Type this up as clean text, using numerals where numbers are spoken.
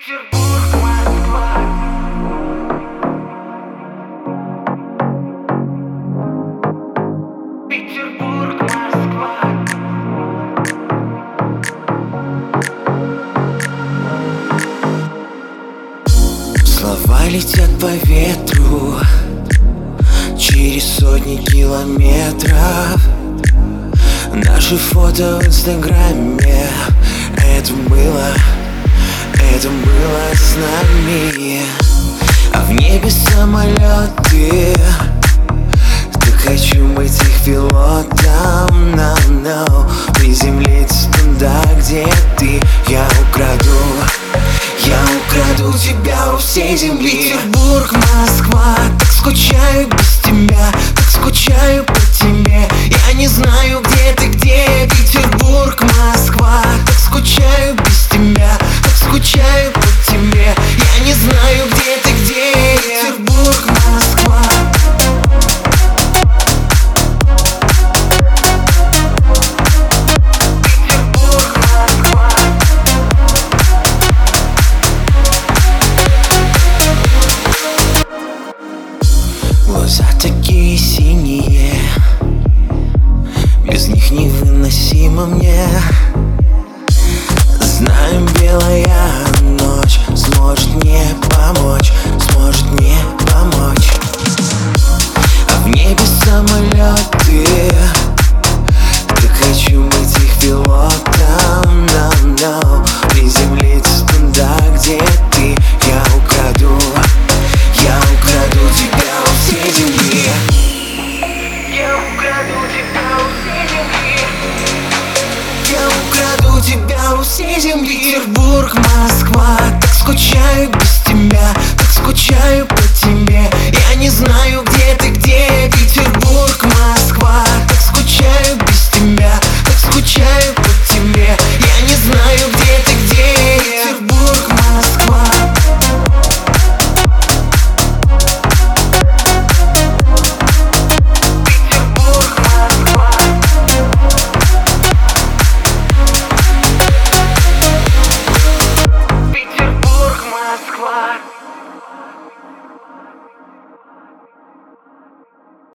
Петербург, Москва. Петербург, Москва. Слова летят по ветру через сотни километров. Наши фото в инстаграме. Это было с нами. А в небе самолеты. Так хочу быть их пилотом. No. Приземлиться туда, где ты. Я украду тебя у всей земли. Петербург, Москва. Так скучаю без тебя, так скучаю по тебе. Я не знаю, где ты, где. Петербург, Москва. Так скучаю без тебя, так скучаю по тебе. Я не знаю, где ты, где.